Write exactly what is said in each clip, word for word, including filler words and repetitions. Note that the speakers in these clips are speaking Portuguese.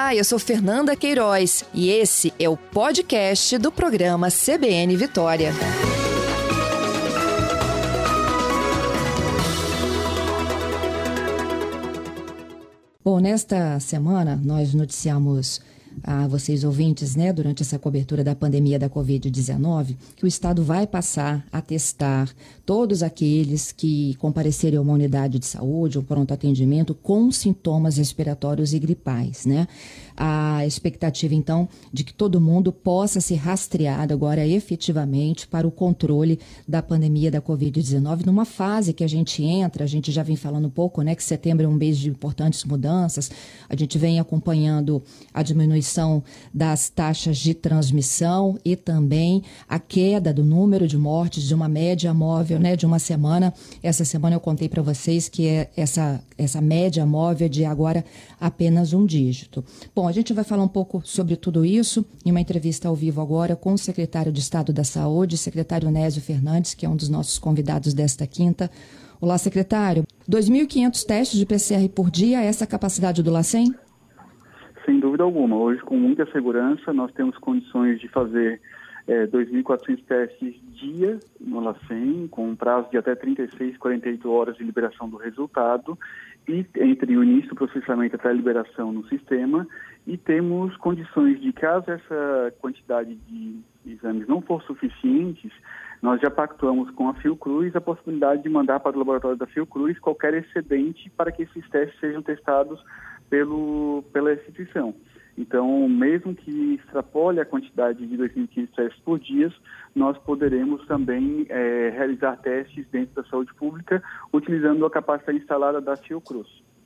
Olá, eu sou Fernanda Queiroz e esse é o podcast do programa C B N Vitória. Bom, nesta semana nós noticiamos a vocês ouvintes, né, durante essa cobertura da pandemia da covid dezenove, que o Estado vai passar a testar todos aqueles que comparecerem a uma unidade de saúde, um pronto atendimento com sintomas respiratórios e gripais, né? A expectativa, então, de que todo mundo possa ser rastreado agora efetivamente para o controle da pandemia da covid dezenove, numa fase que a gente entra, a gente já vem falando um pouco, né, que setembro é um mês de importantes mudanças, a gente vem acompanhando a diminuição das taxas de transmissão e também a queda do número de mortes de uma média móvel, né, de uma semana. Essa semana eu contei para vocês que é essa, essa média móvel de agora apenas um dígito. Bom, a gente vai falar um pouco sobre tudo isso em uma entrevista ao vivo agora com o secretário de Estado da Saúde, secretário Nésio Fernandes, que é um dos nossos convidados desta quinta. Olá, secretário. dois mil e quinhentos testes de P C R por dia, essa é a capacidade do LACEN? Sem dúvida alguma. Hoje, com muita segurança, nós temos condições de fazer é, dois mil e quatrocentos testes dia no LACEN, com um prazo de até trinta e seis, quarenta e oito horas de liberação do resultado, e entre o início do processamento até a liberação no sistema, e temos condições de, caso essa quantidade de exames não for suficientes, nós já pactuamos com a Fiocruz a possibilidade de mandar para o laboratório da Fiocruz qualquer excedente para que esses testes sejam testados pelo, pela instituição. Então, mesmo que extrapole a quantidade de dois mil e quinhentos testes por dia, nós poderemos também é, realizar testes dentro da saúde pública, utilizando a capacidade instalada da Fiocruz.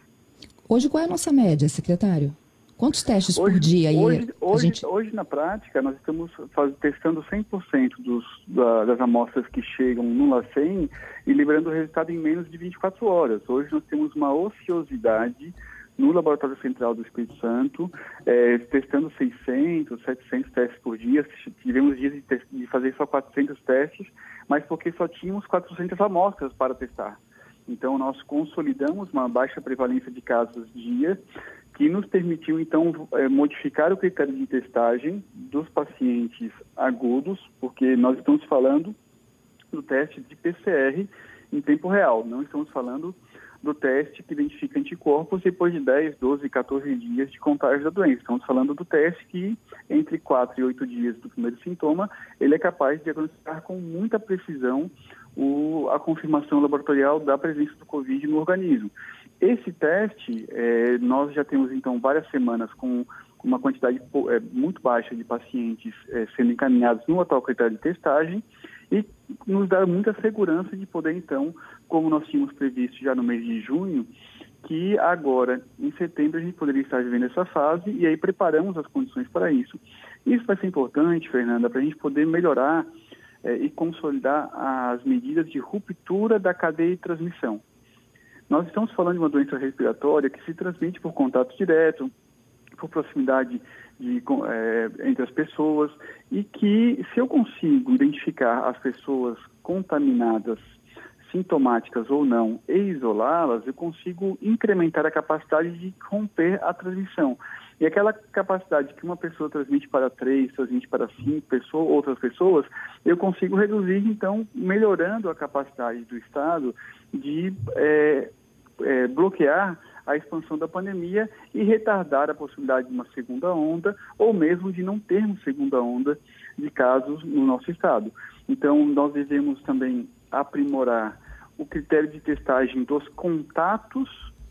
Hoje, qual é a nossa média, secretário? Quantos testes hoje, por dia? Aí hoje, hoje, gente... hoje, na prática, nós estamos faz, testando cem por cento dos, da, das amostras que chegam no LACEN e liberando o resultado em menos de vinte e quatro horas. Hoje nós temos uma ociosidade no Laboratório Central do Espírito Santo, é, testando seiscentos, setecentos testes por dia. Tivemos dias de, de fazer só quatrocentos testes, mas porque só tínhamos quatrocentas amostras para testar. Então, nós consolidamos uma baixa prevalência de casos dia, que nos permitiu, então, é, modificar o critério de testagem dos pacientes agudos, porque nós estamos falando do teste de P C R em tempo real, não estamos falando do teste que identifica anticorpos depois de dez, doze, quatorze dias de contágio da doença. Estamos falando do teste que, entre quatro e oito dias do primeiro sintoma, ele é capaz de diagnosticar com muita precisão o, a confirmação laboratorial da presença do Covid no organismo. Esse teste, é, nós já temos, então, várias semanas com uma quantidade é, muito baixa de pacientes é, sendo encaminhados no atual critério de testagem, e nos dá muita segurança de poder, então, como nós tínhamos previsto já no mês de junho, que agora, em setembro, a gente poderia estar vivendo essa fase, e aí preparamos as condições para isso. Isso vai ser importante, Fernanda, para a gente poder melhorar eh, e consolidar as medidas de ruptura da cadeia de transmissão. Nós estamos falando de uma doença respiratória que se transmite por contato direto, por proximidade de, é, entre as pessoas, e que, se eu consigo identificar as pessoas contaminadas, sintomáticas ou não, e isolá-las, eu consigo incrementar a capacidade de romper a transmissão. E aquela capacidade que uma pessoa transmite para três, transmite para cinco pessoas, outras pessoas, eu consigo reduzir, então, melhorando a capacidade do Estado de é, é, bloquear a expansão da pandemia e retardar a possibilidade de uma segunda onda, ou mesmo de não termos segunda onda de casos no nosso estado. Então, nós devemos também aprimorar o critério de testagem dos contatos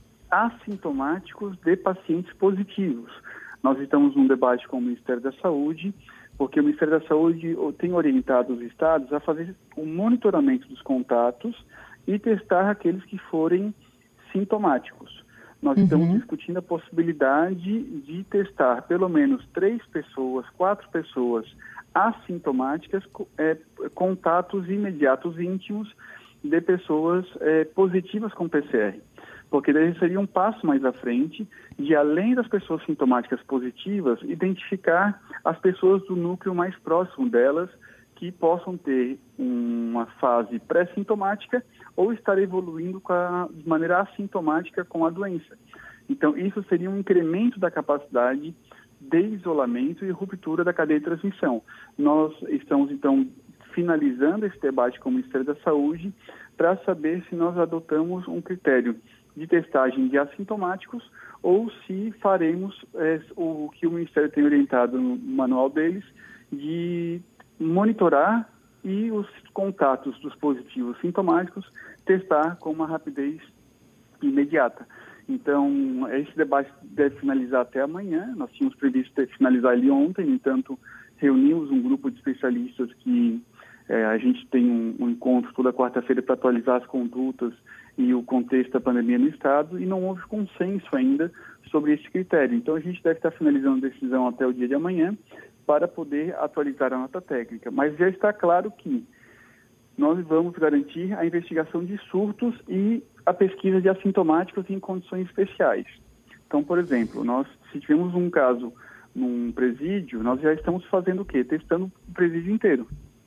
assintomáticos de pacientes positivos. Nós estamos num debate com o Ministério da Saúde, porque o Ministério da Saúde tem orientado os estados a fazer o monitoramento dos contatos e testar aqueles que forem sintomáticos. Nós uhum. estamos discutindo a possibilidade de testar pelo menos três pessoas, quatro pessoas assintomáticas, é, contatos imediatos íntimos de pessoas é, positivas com P C R. Porque daí seria um passo mais à frente de, além das pessoas sintomáticas positivas, identificar as pessoas do núcleo mais próximo delas que possam ter uma fase pré-sintomática ou estar evoluindo com a, de maneira assintomática com a doença. Então, isso seria um incremento da capacidade de isolamento e ruptura da cadeia de transmissão. Nós estamos, então, finalizando esse debate com o Ministério da Saúde para saber se nós adotamos um critério de testagem de assintomáticos ou se faremos é, o que o Ministério tem orientado no manual deles, de monitorar e os contatos dos positivos sintomáticos testar com uma rapidez imediata. Então, esse debate deve finalizar até amanhã. Nós tínhamos previsto ter, finalizar ele ontem, no entanto, reunimos um grupo de especialistas que é, a gente tem um, um encontro toda quarta-feira para atualizar as condutas e o contexto da pandemia no Estado, e não houve consenso ainda sobre esse critério. Então, a gente deve estar finalizando a decisão até o dia de amanhã para poder atualizar a nota técnica. Mas já está claro que nós vamos garantir a investigação de surtos e a pesquisa de assintomáticos em condições especiais. Então, por exemplo, nós, se tivermos um caso num presídio, nós já estamos fazendo o quê? Testando o presídio inteiro.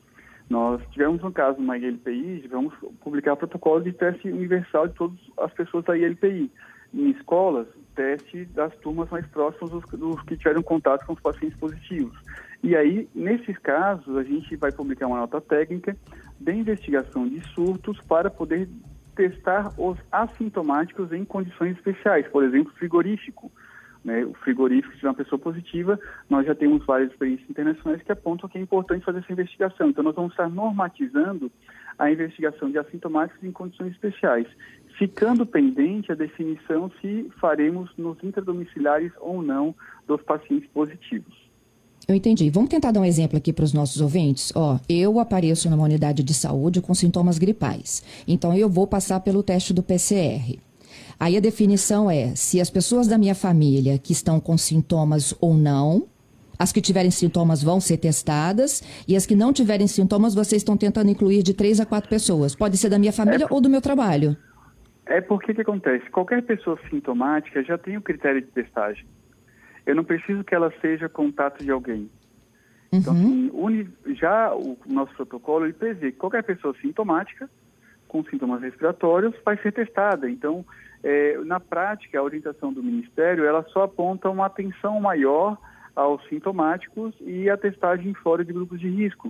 Nós tivemos um caso numa I L P I, vamos publicar protocolo de teste universal de todas as pessoas da I L P I. Em escolas, teste das turmas mais próximas dos, dos que tiveram contato com os pacientes positivos. E aí, nesses casos, a gente vai publicar uma nota técnica de investigação de surtos para poder testar os assintomáticos em condições especiais, por exemplo, frigorífico. Né? O frigorífico, se tiver uma pessoa positiva, nós já temos várias experiências internacionais que apontam que é importante fazer essa investigação. Então, nós vamos estar normatizando a investigação de assintomáticos em condições especiais, ficando pendente a definição se faremos nos intradomiciliares ou não dos pacientes positivos. Eu entendi. Vamos tentar dar um exemplo aqui para os nossos ouvintes. Ó, eu apareço numa unidade de saúde com sintomas gripais. Então, eu vou passar pelo teste do P C R. Aí a definição é se as pessoas da minha família que estão com sintomas ou não, as que tiverem sintomas vão ser testadas e as que não tiverem sintomas vocês estão tentando incluir de três a quatro pessoas. Pode ser da minha família é, ou do meu trabalho. É porque que acontece? Qualquer pessoa sintomática já tem o critério de testagem. Eu não preciso que ela seja contato de alguém. Uhum. Então, assim, uni, já o nosso protocolo ele prevê que qualquer pessoa sintomática com sintomas respiratórios vai ser testada. Então, é, na prática, a orientação do Ministério, ela só aponta uma atenção maior aos sintomáticos e a testagem fora de grupos de risco.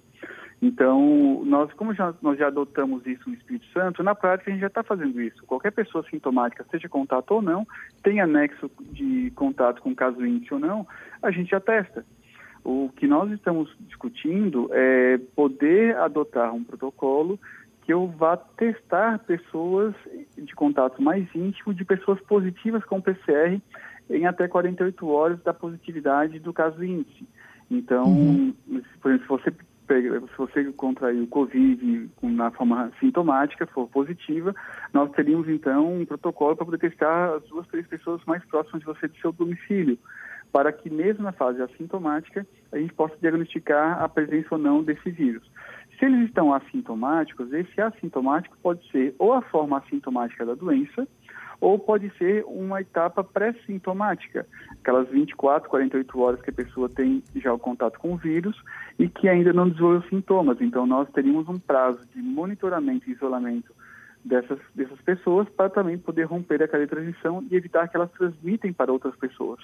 Então, nós, como já, nós já adotamos isso no Espírito Santo, na prática a gente já está fazendo isso. Qualquer pessoa sintomática, seja contato ou não, tem anexo de contato com caso índice ou não, a gente já testa. O que nós estamos discutindo é poder adotar um protocolo que eu vá testar pessoas de contato mais íntimo, de pessoas positivas com P C R em até quarenta e oito horas da positividade do caso índice. Então, uhum. por exemplo, se você, pega, se você contrair o Covid na forma sintomática, for positiva, nós teríamos então um protocolo para poder testar as duas, três pessoas mais próximas de você do seu domicílio, para que mesmo na fase assintomática, a gente possa diagnosticar a presença ou não desse vírus. Se eles estão assintomáticos, esse assintomático pode ser ou a forma assintomática da doença, ou pode ser uma etapa pré-sintomática, aquelas vinte e quatro, quarenta e oito horas que a pessoa tem já o contato com o vírus e que ainda não desenvolveu sintomas. Então, nós teríamos um prazo de monitoramento e isolamento dessas, dessas pessoas para também poder romper a cadeia de transmissão e evitar que elas transmitem para outras pessoas.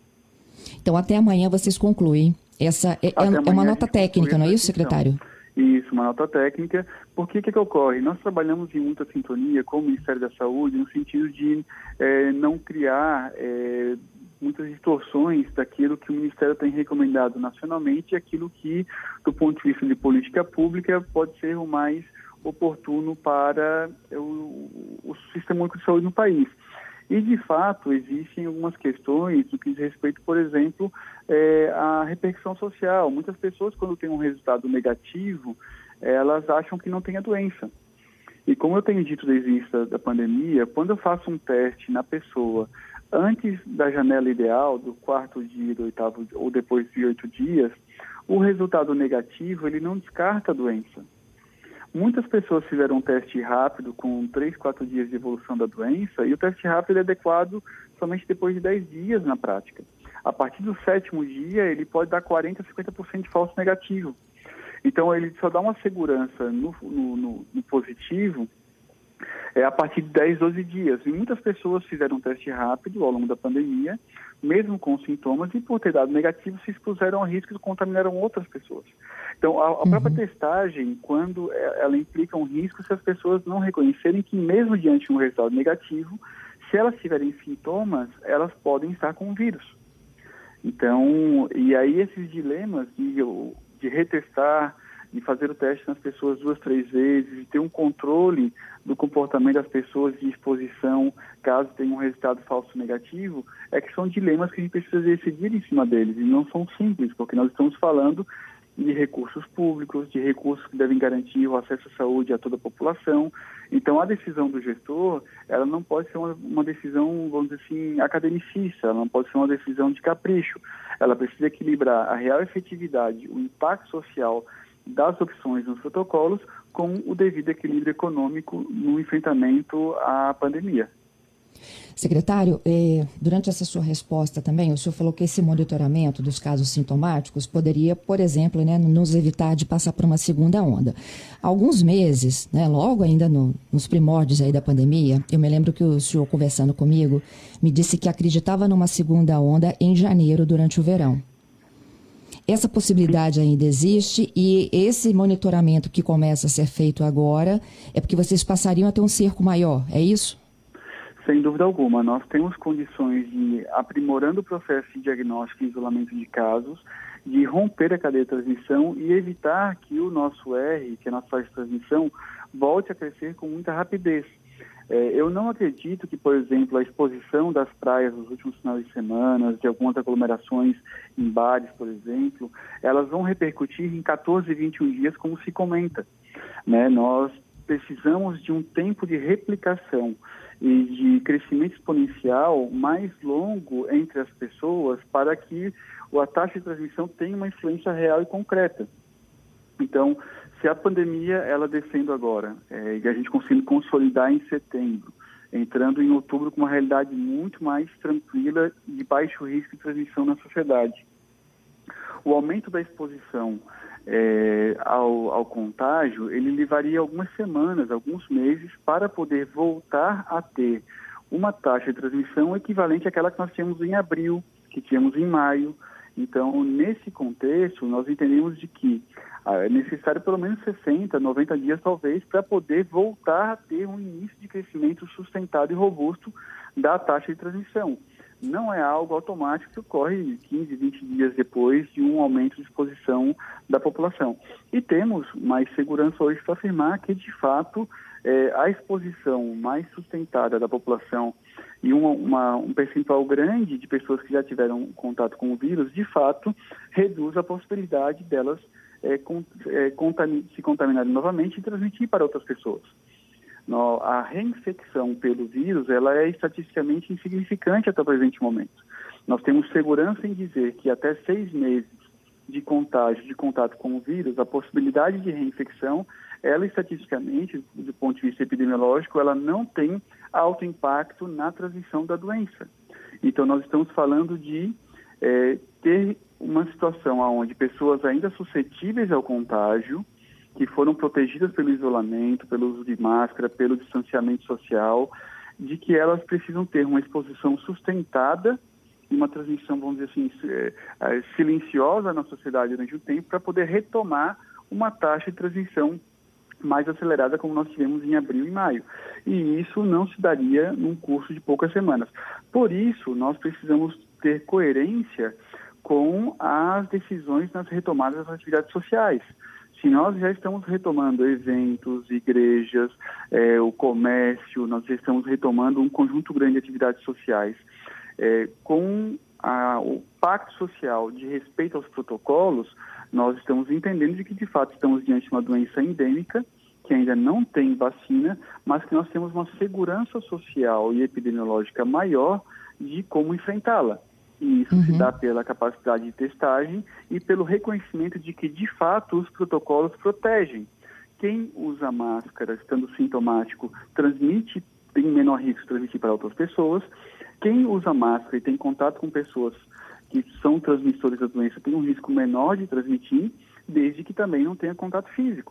Então, até amanhã vocês concluem. Essa é, é uma nota técnica, não é isso, secretário? Isso, uma nota técnica. Porque o que, que ocorre? Nós trabalhamos em muita sintonia com o Ministério da Saúde no sentido de é, não criar é, muitas distorções daquilo que o Ministério tem recomendado nacionalmente e aquilo que, do ponto de vista de política pública, pode ser o mais oportuno para o, o Sistema Único de Saúde no país. E, de fato, existem algumas questões do que diz respeito, por exemplo, é, à repercussão social. Muitas pessoas, quando têm um resultado negativo, elas acham que não tem a doença. E como eu tenho dito desde o início da pandemia, quando eu faço um teste na pessoa antes da janela ideal, do quarto dia, do oitavo, ou depois de oito dias, o resultado negativo, ele não descarta a doença. Muitas pessoas fizeram um teste rápido com três, quatro dias de evolução da doença e o teste rápido é adequado somente depois de dez dias na prática. A partir do sétimo dia, ele pode dar quarenta, cinquenta por cento de falso negativo. Então, ele só dá uma segurança no, no, no, no positivo é a partir de dez, doze dias. E muitas pessoas fizeram um teste rápido ao longo da pandemia, mesmo com sintomas, e por ter dado negativo, se expuseram ao risco e contaminaram outras pessoas. Então, a, a uhum. própria testagem, quando ela implica um risco, se as pessoas não reconhecerem que, mesmo diante de um resultado negativo, se elas tiverem sintomas, elas podem estar com o vírus. Então, e aí esses dilemas de, de retestar, de fazer o teste nas pessoas duas, três vezes, de ter um controle do comportamento das pessoas de exposição, caso tenha um resultado falso negativo, é que são dilemas que a gente precisa decidir em cima deles, e não são simples, porque nós estamos falando de recursos públicos, de recursos que devem garantir o acesso à saúde a toda a população. Então, a decisão do gestor, ela não pode ser uma, uma decisão, vamos dizer assim, academicista, ela não pode ser uma decisão de capricho. Ela precisa equilibrar a real efetividade, o impacto social das opções nos protocolos com o devido equilíbrio econômico no enfrentamento à pandemia. Secretário, eh, durante essa sua resposta também, o senhor falou que esse monitoramento dos casos sintomáticos poderia, por exemplo, né, nos evitar de passar por uma segunda onda. Há alguns meses, né, logo ainda no, nos primórdios aí da pandemia, eu me lembro que o senhor, conversando comigo, me disse que acreditava numa segunda onda em janeiro, durante o verão. Essa possibilidade ainda existe, e esse monitoramento que começa a ser feito agora é porque vocês passariam a ter um cerco maior, é isso? Sem dúvida alguma. Nós temos condições de, aprimorando o processo de diagnóstico e isolamento de casos, de romper a cadeia de transmissão e evitar que o nosso R, que é a nossa faixa de transmissão, volte a crescer com muita rapidez. É, eu não acredito que, por exemplo, a exposição das praias nos últimos finais de semana, de algumas aglomerações em bares, por exemplo, elas vão repercutir em quatorze, vinte e um dias, como se comenta, né? Nós precisamos de um tempo de replicação e de crescimento exponencial mais longo entre as pessoas para que a taxa de transmissão tenha uma influência real e concreta. Então, se a pandemia, ela descendo agora, é, e a gente conseguindo consolidar em setembro, entrando em outubro com uma realidade muito mais tranquila e de baixo risco de transmissão na sociedade, o aumento da exposição é, ao, ao contágio, ele levaria algumas semanas, alguns meses, para poder voltar a ter uma taxa de transmissão equivalente àquela que nós tínhamos em abril, que tínhamos em maio. Então, nesse contexto, nós entendemos de que ah, é necessário pelo menos sessenta, noventa dias, talvez, para poder voltar a ter um início de crescimento sustentado e robusto da taxa de transmissão. Não é algo automático que ocorre quinze, vinte dias depois de um aumento de exposição da população. E temos mais segurança hoje para afirmar que, de fato, é, a exposição mais sustentada da população e uma, uma, um percentual grande de pessoas que já tiveram contato com o vírus, de fato, reduz a possibilidade delas é, con, é, contamin, se contaminarem novamente e transmitir para outras pessoas. No, a reinfecção pelo vírus, ela é estatisticamente insignificante até o presente momento. Nós temos segurança em dizer que até seis meses de contágio, de contato com o vírus, a possibilidade de reinfecção, ela estatisticamente, do ponto de vista epidemiológico, ela não tem alto impacto na transmissão da doença. Então, nós estamos falando de é, ter uma situação onde pessoas ainda suscetíveis ao contágio, que foram protegidas pelo isolamento, pelo uso de máscara, pelo distanciamento social, de que elas precisam ter uma exposição sustentada e uma transmissão, vamos dizer assim, silenciosa na sociedade durante o tempo, para poder retomar uma taxa de transmissão mais acelerada como nós tivemos em abril e maio. E isso não se daria num curso de poucas semanas. Por isso, nós precisamos ter coerência com as decisões nas retomadas das atividades sociais. Se nós já estamos retomando eventos, igrejas, é, o comércio, nós já estamos retomando um conjunto grande de atividades sociais, é, com a, o pacto social de respeito aos protocolos, nós estamos entendendo de que, de fato, estamos diante de uma doença endêmica, que ainda não tem vacina, mas que nós temos uma segurança social e epidemiológica maior de como enfrentá-la. E isso uhum. se dá pela capacidade de testagem e pelo reconhecimento de que, de fato, os protocolos protegem. Quem usa máscara, estando sintomático, transmite, tem menor risco de transmitir para outras pessoas. Quem usa máscara e tem contato com pessoas que são transmissores da doença tem um risco menor de transmitir, desde que também não tenha contato físico.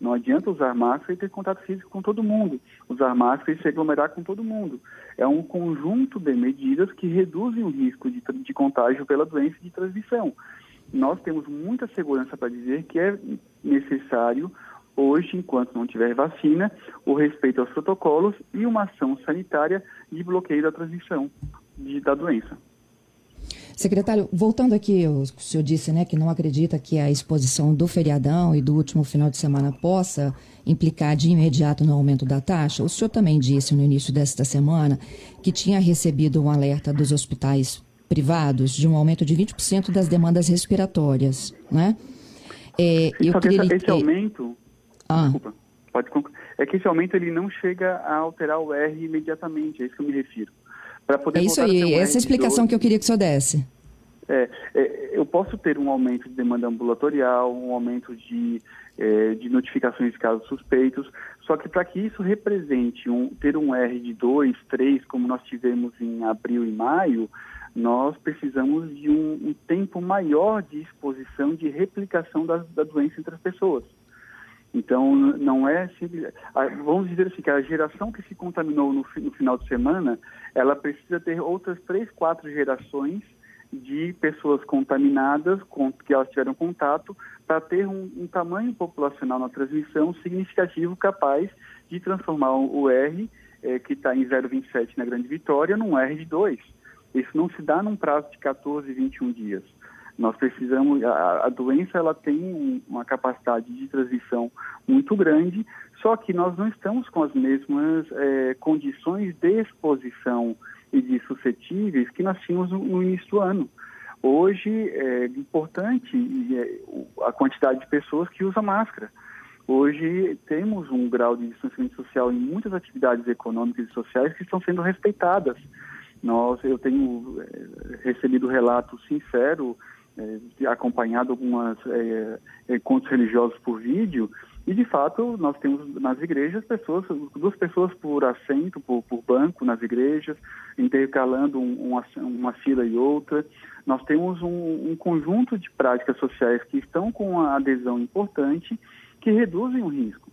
Não adianta usar máscara e ter contato físico com todo mundo, usar máscara e se aglomerar com todo mundo. É um conjunto de medidas que reduzem o risco de, de contágio pela doença e de transmissão. Nós temos muita segurança para dizer que é necessário, hoje, enquanto não tiver vacina, o respeito aos protocolos e uma ação sanitária de bloqueio da transmissão de, da doença. Secretário, voltando aqui, o senhor disse, né, que não acredita que a exposição do feriadão e do último final de semana possa implicar de imediato no aumento da taxa. O senhor também disse no início desta semana que tinha recebido um alerta dos hospitais privados de um aumento de vinte por cento das demandas respiratórias, né? É, Sim, eu só que queria... esse, esse aumento... Ah. Desculpa, pode concluir. É que esse aumento ele não chega a alterar o R imediatamente, é isso que eu me refiro. Poder é isso aí, um essa é a explicação que eu queria que o senhor desse. É, é, eu posso ter um aumento de demanda ambulatorial, um aumento de, é, de notificações de casos suspeitos, só que para que isso represente um, ter um R de dois, três, como nós tivemos em abril e maio, nós precisamos de um, um tempo maior de exposição, de replicação da, da doença entre as pessoas. Então, não é simples. Vamos dizer assim, que a geração que se contaminou no, no final de semana, ela precisa ter outras três, quatro gerações de pessoas contaminadas, com, que elas tiveram contato, para ter um, um tamanho populacional na transmissão significativo, capaz de transformar o R, eh, que está em zero vírgula vinte e sete na Grande Vitória, num R de dois. Isso não se dá num prazo de quatorze, vinte e um dias. Nós precisamos, a, a doença ela tem um, uma capacidade de transmissão muito grande, só que nós não estamos com as mesmas eh, condições de exposição e de suscetíveis que nós tínhamos no, no início do ano. Hoje é importante a quantidade de pessoas que usam máscara. Hoje temos um grau de distanciamento social em muitas atividades econômicas e sociais que estão sendo respeitadas. Nós, eu tenho é, recebido relato sincero, é, acompanhado algumas é, encontros religiosos por vídeo, e de fato nós temos nas igrejas pessoas, duas pessoas por assento, por, por banco nas igrejas, intercalando um, uma, uma fila e outra. Nós temos um, um conjunto de práticas sociais que estão com uma adesão importante, que reduzem o risco.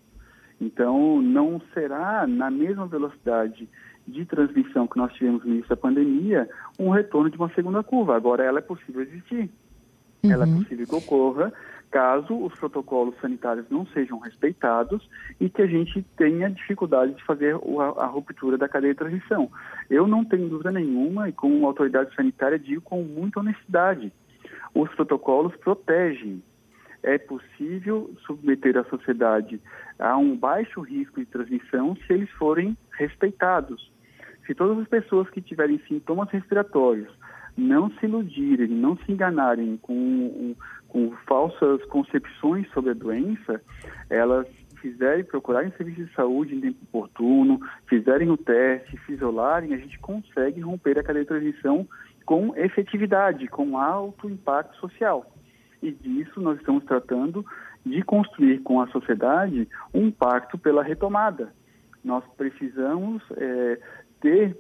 Então, não será na mesma velocidade de transmissão que nós tivemos no início da pandemia um retorno de uma segunda curva. Agora, ela é possível existir. Uhum. Ela é possível que ocorra caso os protocolos sanitários não sejam respeitados e que a gente tenha dificuldade de fazer a, a ruptura da cadeia de transmissão. Eu não tenho dúvida nenhuma, e como autoridade sanitária digo com muita honestidade, os protocolos protegem. É possível submeter a sociedade a um baixo risco de transmissão se eles forem respeitados. Se todas as pessoas que tiverem sintomas respiratórios não se iludirem, não se enganarem com, com falsas concepções sobre a doença, elas fizerem, procurarem serviços de saúde em tempo oportuno, fizerem o teste, se isolarem, a gente consegue romper a cadeia de transmissão com efetividade, com alto impacto social. E disso nós estamos tratando de construir com a sociedade um pacto pela retomada. Nós precisamos é, ter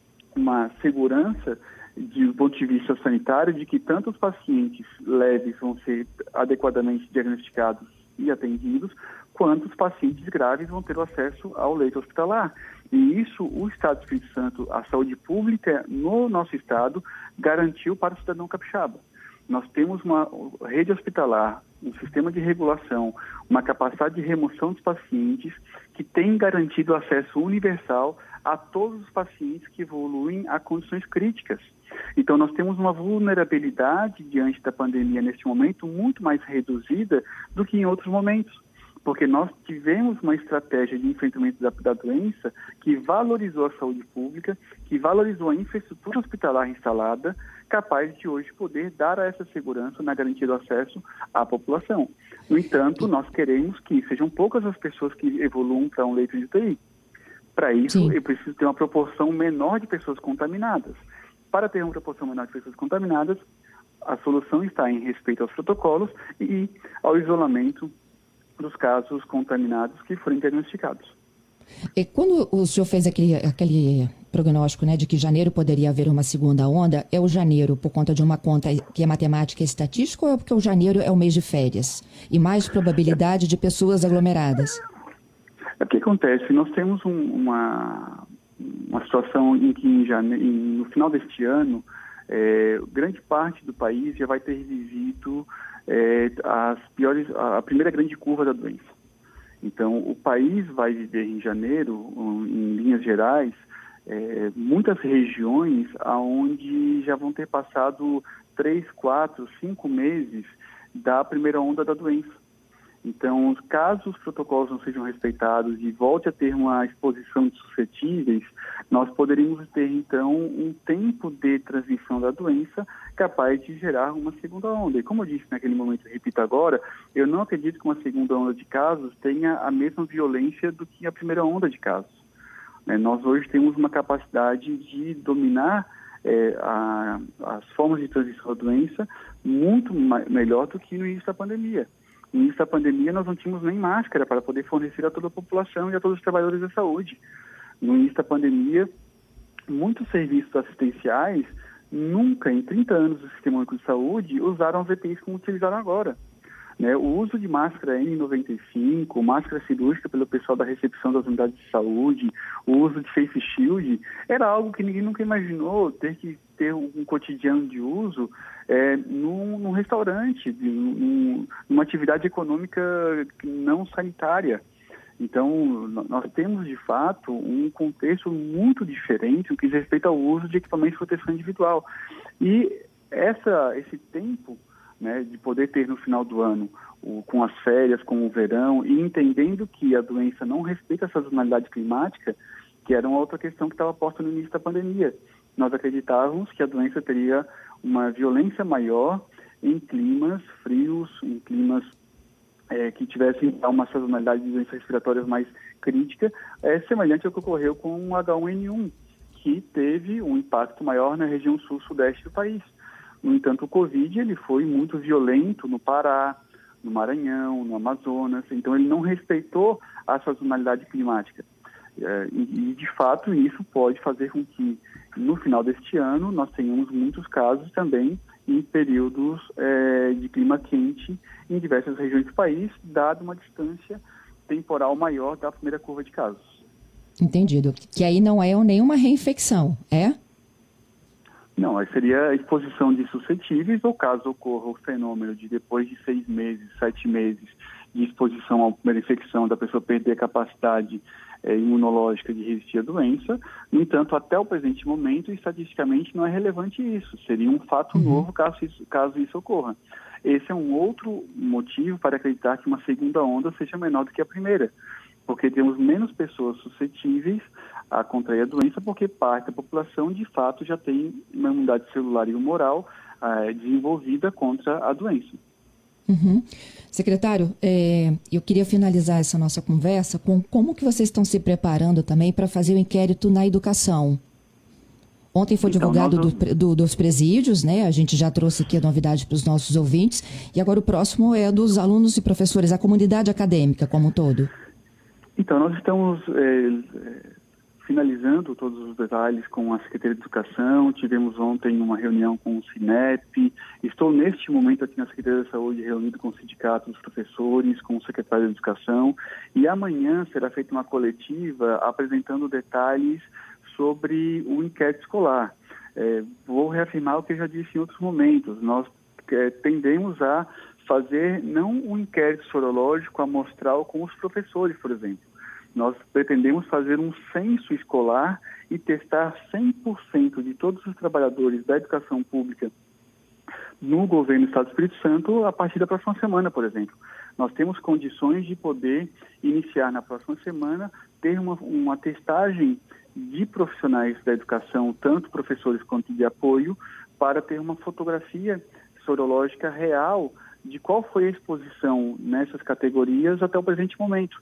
uma segurança do ponto de vista sanitário de que tanto os pacientes leves vão ser adequadamente diagnosticados e atendidos, quanto os pacientes graves vão ter o acesso ao leito hospitalar. E isso o Estado do Espírito Santo, a saúde pública no nosso estado, garantiu para o cidadão capixaba. Nós temos uma rede hospitalar, um sistema de regulação, uma capacidade de remoção dos pacientes que tem garantido acesso universal a todos os pacientes que evoluem a condições críticas. Então, nós temos uma vulnerabilidade diante da pandemia neste momento muito mais reduzida do que em outros momentos, porque nós tivemos uma estratégia de enfrentamento da, da doença que valorizou a saúde pública, que valorizou a infraestrutura hospitalar instalada, capaz de hoje poder dar a essa segurança na garantia do acesso à população. No entanto, nós queremos que sejam poucas as pessoas que evoluam para um leito de U T I. Para isso, Sim. eu preciso ter uma proporção menor de pessoas contaminadas. Para ter uma proporção menor de pessoas contaminadas, a solução está em respeito aos protocolos e ao isolamento dos casos contaminados que forem diagnosticados. E quando o senhor fez aquele, aquele prognóstico, né, de que janeiro poderia haver uma segunda onda, é o janeiro por conta de uma conta que é matemática e estatística, ou é porque o janeiro é o mês de férias e mais probabilidade de pessoas aglomeradas? É porque acontece, nós temos um, uma, uma situação em que em janeiro, em, no final deste ano, é, grande parte do país já vai ter vivido é, as piores, a primeira grande curva da doença. Então, o país vai viver em janeiro, em linhas gerais, é, muitas regiões onde já vão ter passado três, quatro, cinco meses da primeira onda da doença. Então, caso os protocolos não sejam respeitados e volte a ter uma exposição de suscetíveis, nós poderíamos ter, então, um tempo de transmissão da doença capaz de gerar uma segunda onda. E como eu disse naquele momento, repito agora, eu não acredito que uma segunda onda de casos tenha a mesma violência do que a primeira onda de casos. Né? Nós hoje temos uma capacidade de dominar é, a, as formas de transmissão da doença muito ma- melhor do que no início da pandemia. No início da pandemia, nós não tínhamos nem máscara para poder fornecer a toda a população e a todos os trabalhadores da saúde. No início da pandemia, muitos serviços assistenciais nunca, em trinta anos do Sistema Único de Saúde, usaram os E P Is como utilizaram agora. Né? O uso de máscara N noventa e cinco, máscara cirúrgica pelo pessoal da recepção das unidades de saúde, o uso de face shield, era algo que ninguém nunca imaginou ter que ter um cotidiano de uso é, num, num restaurante, num, numa atividade econômica não sanitária. Então, nós temos, de fato, um contexto muito diferente no que diz respeito ao uso de equipamentos de proteção individual. E essa, esse tempo, né, de poder ter no final do ano, o, com as férias, com o verão, e entendendo que a doença não respeita a sazonalidade climática, que era uma outra questão que estava posta no início da pandemia. Nós acreditávamos que a doença teria uma violência maior em climas frios, em climas é, que tivessem uma sazonalidade de doenças respiratórias mais crítica, é, semelhante ao que ocorreu com o H um N um, que teve um impacto maior na região sul-sudeste do país. No entanto, o Covid ele foi muito violento no Pará, no Maranhão, no Amazonas, então ele não respeitou a sazonalidade climática. É, e, de fato, isso pode fazer com que, no final deste ano, nós tenhamos muitos casos também em períodos é, de clima quente em diversas regiões do país, dado uma distância temporal maior da primeira curva de casos. Entendido. Que aí não é nenhuma reinfecção, é? Não, aí seria a exposição de suscetíveis, ou caso ocorra o fenômeno de depois de seis meses, sete meses de exposição à primeira infecção, da pessoa perder a capacidade é, imunológica de resistir à doença. No entanto, até o presente momento, estatisticamente não é relevante isso. Seria um fato uhum. novo caso isso, caso isso ocorra. Esse é um outro motivo para acreditar que uma segunda onda seja menor do que a primeira, porque temos menos pessoas suscetíveis a contrair a doença, porque parte da população, de fato, já tem uma imunidade celular e humoral eh, desenvolvida contra a doença. Uhum. Secretário, é, eu queria finalizar essa nossa conversa com como que vocês estão se preparando também para fazer o inquérito na educação. Ontem foi então, divulgado nós... do, do, dos presídios, né? A gente já trouxe aqui a novidade para os nossos ouvintes, e agora o próximo é dos alunos e professores, a comunidade acadêmica como um todo. Então, nós estamos é, finalizando todos os detalhes com a Secretaria de Educação. Tivemos ontem uma reunião com o Sinep. Estou, neste momento, aqui na Secretaria da Saúde, reunido com o sindicato dos professores, com o secretário de Educação. E amanhã será feita uma coletiva apresentando detalhes sobre o inquérito escolar. É, vou reafirmar o que eu já disse em outros momentos. Nós é, tendemos a fazer não um inquérito sorológico amostral com os professores, por exemplo. Nós pretendemos fazer um censo escolar e testar cem por cento de todos os trabalhadores da educação pública no governo do Estado do Espírito Santo a partir da próxima semana, por exemplo. Nós temos condições de poder iniciar na próxima semana, ter uma, uma testagem de profissionais da educação, tanto professores quanto de apoio, para ter uma fotografia sorológica real de qual foi a exposição nessas categorias até o presente momento.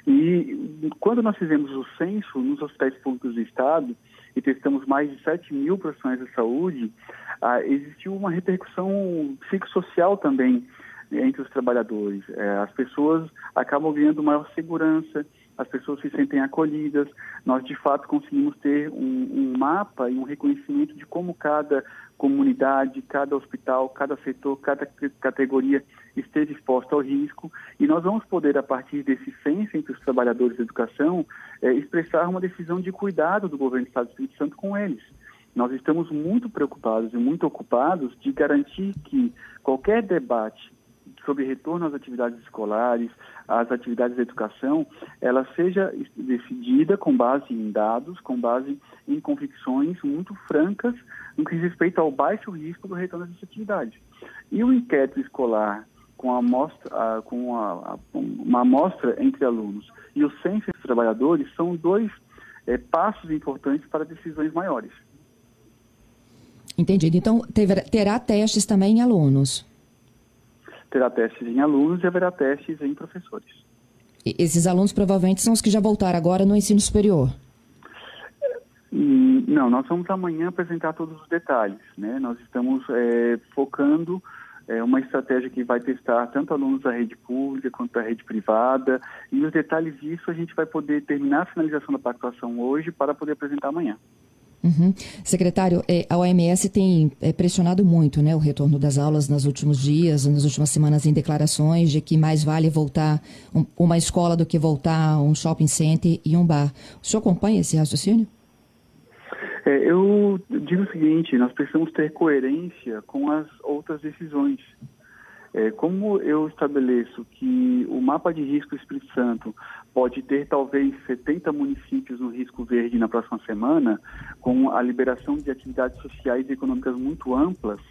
E quando nós fizemos o censo nos hospitais públicos do Estado e testamos mais de sete mil profissionais de saúde, ah, existiu uma repercussão psicossocial também entre os trabalhadores. É, as pessoas acabam ganhando maior segurança, as pessoas se sentem acolhidas. Nós, de fato, conseguimos ter um, um mapa e um reconhecimento de como cada comunidade, cada hospital, cada setor, cada categoria esteve exposta ao risco. E nós vamos poder, a partir desse censo entre os trabalhadores da educação, é, expressar uma decisão de cuidado do governo do Estado do Espírito Santo com eles. Nós estamos muito preocupados e muito ocupados de garantir que qualquer debate sobre retorno às atividades escolares, às atividades de educação, ela seja decidida com base em dados, com base em convicções muito francas no que diz respeito ao baixo risco do retorno às atividades. E o inquérito escolar com, a amostra, com a, a, uma amostra entre alunos e o censo entre trabalhadores são dois é, passos importantes para decisões maiores. Entendido. Então, terá testes também em alunos? Terá testes em alunos e haverá testes em professores. E esses alunos provavelmente são os que já voltaram agora no ensino superior? Não, nós vamos amanhã apresentar todos os detalhes, né? Nós estamos é, focando é, uma estratégia que vai testar tanto alunos da rede pública quanto da rede privada, e os detalhes disso a gente vai poder terminar a finalização da pactuação hoje para poder apresentar amanhã. Uhum. Secretário, a O M S tem pressionado muito, né, o retorno das aulas nos últimos dias, nas últimas semanas, em declarações de que mais vale voltar um, uma escola do que voltar um shopping center e um bar. O senhor acompanha esse raciocínio? É, eu digo o seguinte, nós precisamos ter coerência com as outras decisões. É, como eu estabeleço que o mapa de risco do Espírito Santo pode ter talvez setenta municípios no risco verde na próxima semana, com a liberação de atividades sociais e econômicas muito amplas,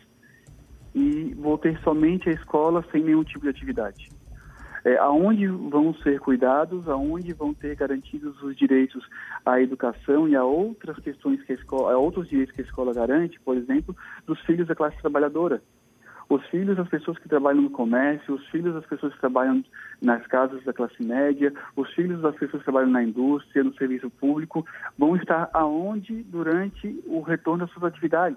e vou ter somente a escola sem nenhum tipo de atividade. É, aonde vão ser cuidados, aonde vão ter garantidos os direitos à educação e a outras questões que a escola, a outros direitos que a escola garante, por exemplo, dos filhos da classe trabalhadora. Os filhos das pessoas que trabalham no comércio, os filhos das pessoas que trabalham nas casas da classe média, os filhos das pessoas que trabalham na indústria, no serviço público, vão estar aonde durante o retorno das suas atividades.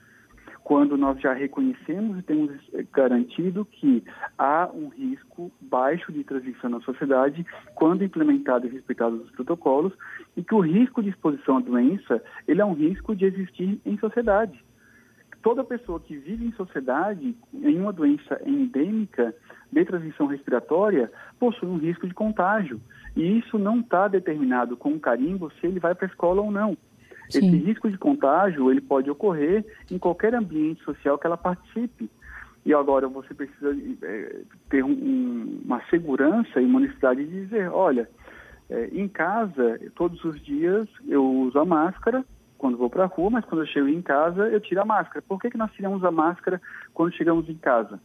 Quando nós já reconhecemos e temos garantido que há um risco baixo de transmissão na sociedade, quando implementado e respeitados os protocolos, e que o risco de exposição à doença, ele é um risco de existir em sociedade. Toda pessoa que vive em sociedade, em uma doença endêmica de transmissão respiratória, possui um risco de contágio. E isso não está determinado com um carimbo se ele vai para a escola ou não. Sim. Esse risco de contágio, ele pode ocorrer em qualquer ambiente social que ela participe. E agora você precisa é, ter um, uma segurança e uma necessidade de dizer, olha, é, em casa, todos os dias eu uso a máscara, quando vou para a rua, mas quando eu chego em casa, eu tiro a máscara. Por que que nós tiramos a máscara quando chegamos em casa?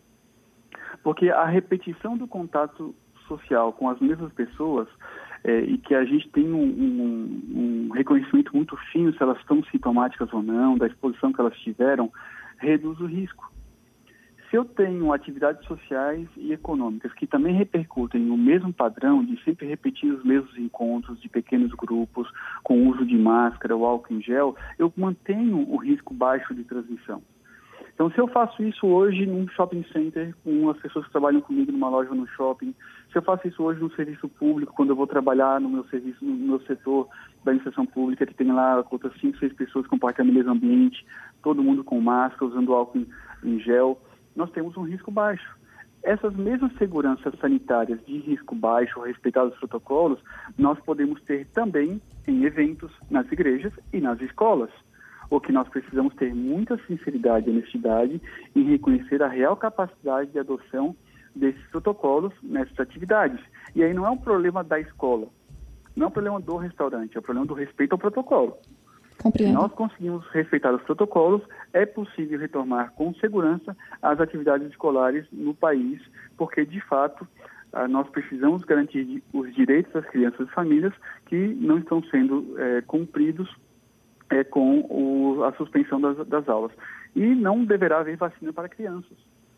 Porque a repetição do contato social com as mesmas pessoas é, e que a gente tem um, um, um reconhecimento muito fino se elas estão sintomáticas ou não, da exposição que elas tiveram, reduz o risco. Se eu tenho atividades sociais e econômicas que também repercutem no mesmo padrão de sempre repetir os mesmos encontros de pequenos grupos com uso de máscara ou álcool em gel, eu mantenho o risco baixo de transmissão. Então, se eu faço isso hoje num shopping center, com as pessoas que trabalham comigo numa loja ou no shopping, se eu faço isso hoje no serviço público, quando eu vou trabalhar no meu serviço, no meu setor da administração pública, que tem lá outras cinco, seis pessoas compartilhando o mesmo ambiente, todo mundo com máscara, usando álcool em gel, nós temos um risco baixo. Essas mesmas seguranças sanitárias de risco baixo, respeitados os protocolos, nós podemos ter também em eventos, nas igrejas e nas escolas. O que nós precisamos ter muita sinceridade e honestidade em reconhecer a real capacidade de adoção desses protocolos nessas atividades. E aí não é um problema da escola, não é um problema do restaurante, é um problema do respeito ao protocolo. Compreendo. Se nós conseguimos respeitar os protocolos, é possível retomar com segurança as atividades escolares no país, porque, de fato, nós precisamos garantir os direitos das crianças e famílias que não estão sendo é, cumpridos é, com o, a suspensão das, das aulas. E não deverá haver vacina para crianças.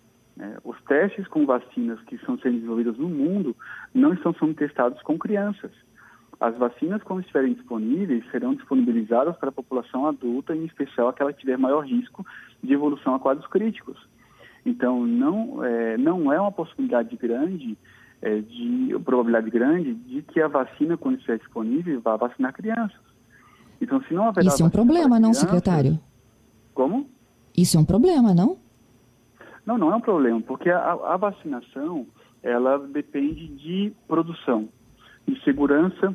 É, os testes com vacinas que estão sendo desenvolvidas no mundo não estão sendo testados com crianças. As vacinas, quando estiverem disponíveis, serão disponibilizadas para a população adulta, em especial aquela que tiver maior risco de evolução a quadros críticos. Então, não é, não é uma possibilidade grande é, de probabilidade grande de que a vacina, quando estiver disponível, vá vacinar crianças. Então, se não haverá Isso é um problema, não, secretário? Como? Isso é um problema, não? Não, não é um problema, porque a, a vacinação, ela depende de produção, de segurança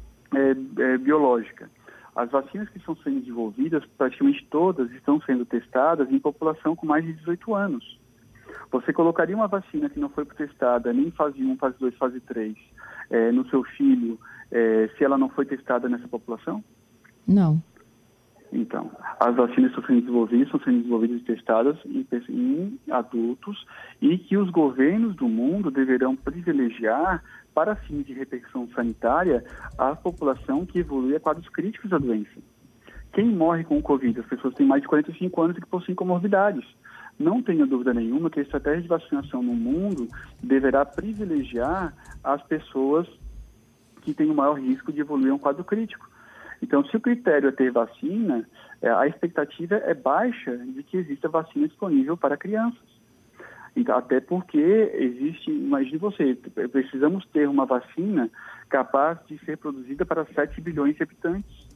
é, é, biológica. As vacinas que estão sendo desenvolvidas, praticamente todas estão sendo testadas em população com mais de dezoito anos. Você colocaria uma vacina que não foi testada nem em fase um, fase dois, fase três, é, no seu filho, é, se ela não foi testada nessa população? Não. Então, as vacinas estão sendo desenvolvidas, estão sendo desenvolvidas e testadas em, em adultos e que os governos do mundo deverão privilegiar, para fins de repercussão sanitária, a população que evolui a quadros críticos da doença. Quem morre com o Covid? As pessoas têm mais de quarenta e cinco anos e que possuem comorbidades. Não tenho dúvida nenhuma que a estratégia de vacinação no mundo deverá privilegiar as pessoas que têm o maior risco de evoluir a um quadro crítico. Então, se o critério é ter vacina, a expectativa é baixa de que exista vacina disponível para crianças. Então, até porque existe, imagine você, precisamos ter uma vacina capaz de ser produzida para sete bilhões de habitantes.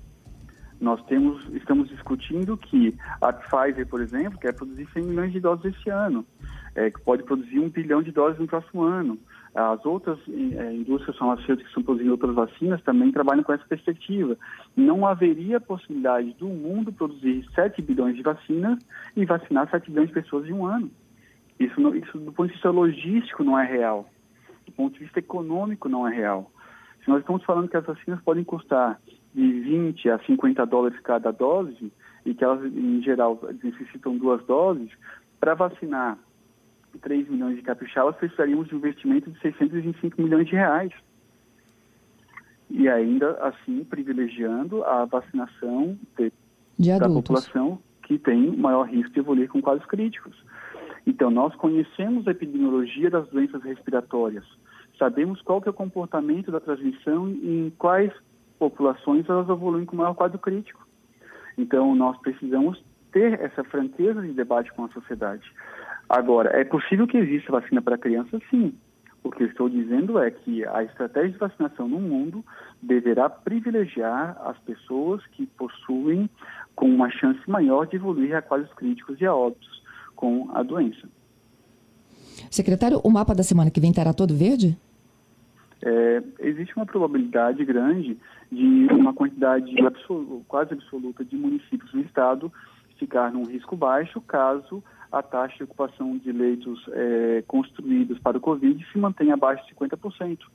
Nós temos, estamos discutindo que a Pfizer, por exemplo, quer produzir cem milhões de doses esse ano, é, que pode produzir um bilhão de doses no próximo ano. As outras é, indústrias farmacêuticas que estão produzindo outras vacinas também trabalham com essa perspectiva. Não haveria possibilidade do mundo produzir sete bilhões de vacinas e vacinar sete bilhões de pessoas em um ano. Isso, não, isso, do ponto de vista logístico, não é real. Do ponto de vista econômico, não é real. Se nós estamos falando que as vacinas podem custar de vinte a cinquenta dólares cada dose, e que elas, em geral, necessitam duas doses, para vacinar três milhões de capixabas, precisaríamos de um investimento de seiscentos e vinte e cinco milhões de reais. E ainda assim, privilegiando a vacinação de, de da população que tem maior risco de evoluir com quadros críticos. Então, nós conhecemos a epidemiologia das doenças respiratórias, sabemos qual que é o comportamento da transmissão e em quais populações elas evoluem com maior quadro crítico. Então, nós precisamos ter essa franqueza de debate com a sociedade. Agora, é possível que exista vacina para crianças? Sim. O que eu estou dizendo é que a estratégia de vacinação no mundo deverá privilegiar as pessoas que possuem com uma chance maior de evoluir a quadros críticos e a óbitos com a doença. Secretário, o mapa da semana que vem estará todo verde? É, existe uma probabilidade grande de uma quantidade absoluta, quase absoluta de municípios do estado ficar num risco baixo caso a taxa de ocupação de leitos é, construídos para o Covid se mantenha abaixo de cinquenta por cento.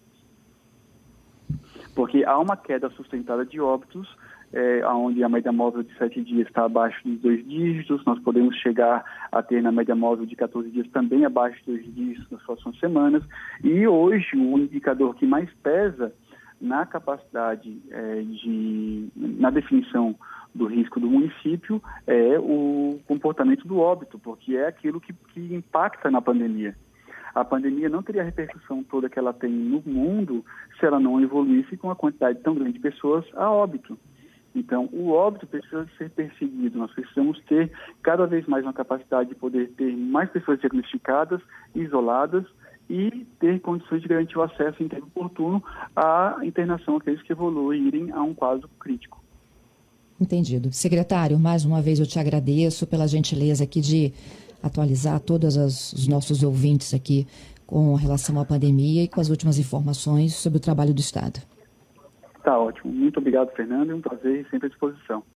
Porque há uma queda sustentada de óbitos, é, onde a média móvel de sete dias está abaixo dos dois dígitos, nós podemos chegar a ter na média móvel de quatorze dias também abaixo dos dois dígitos nas próximas semanas. E hoje o indicador que mais pesa na capacidade é, de, na definição do risco do município é o comportamento do óbito, porque é aquilo que, que impacta na pandemia. A pandemia não teria a repercussão toda que ela tem no mundo se ela não evoluísse com uma quantidade tão grande de pessoas a óbito. Então, o óbito precisa ser perseguido. Nós precisamos ter cada vez mais uma capacidade de poder ter mais pessoas diagnosticadas, isoladas e ter condições de garantir o acesso em tempo oportuno à internação àqueles que evoluírem a um quadro crítico. Entendido. Secretário, mais uma vez eu te agradeço pela gentileza aqui de atualizar todos as, os nossos ouvintes aqui com relação à pandemia e com as últimas informações sobre o trabalho do Estado. Tá ótimo. Muito obrigado, Fernando. É um prazer e sempre à disposição.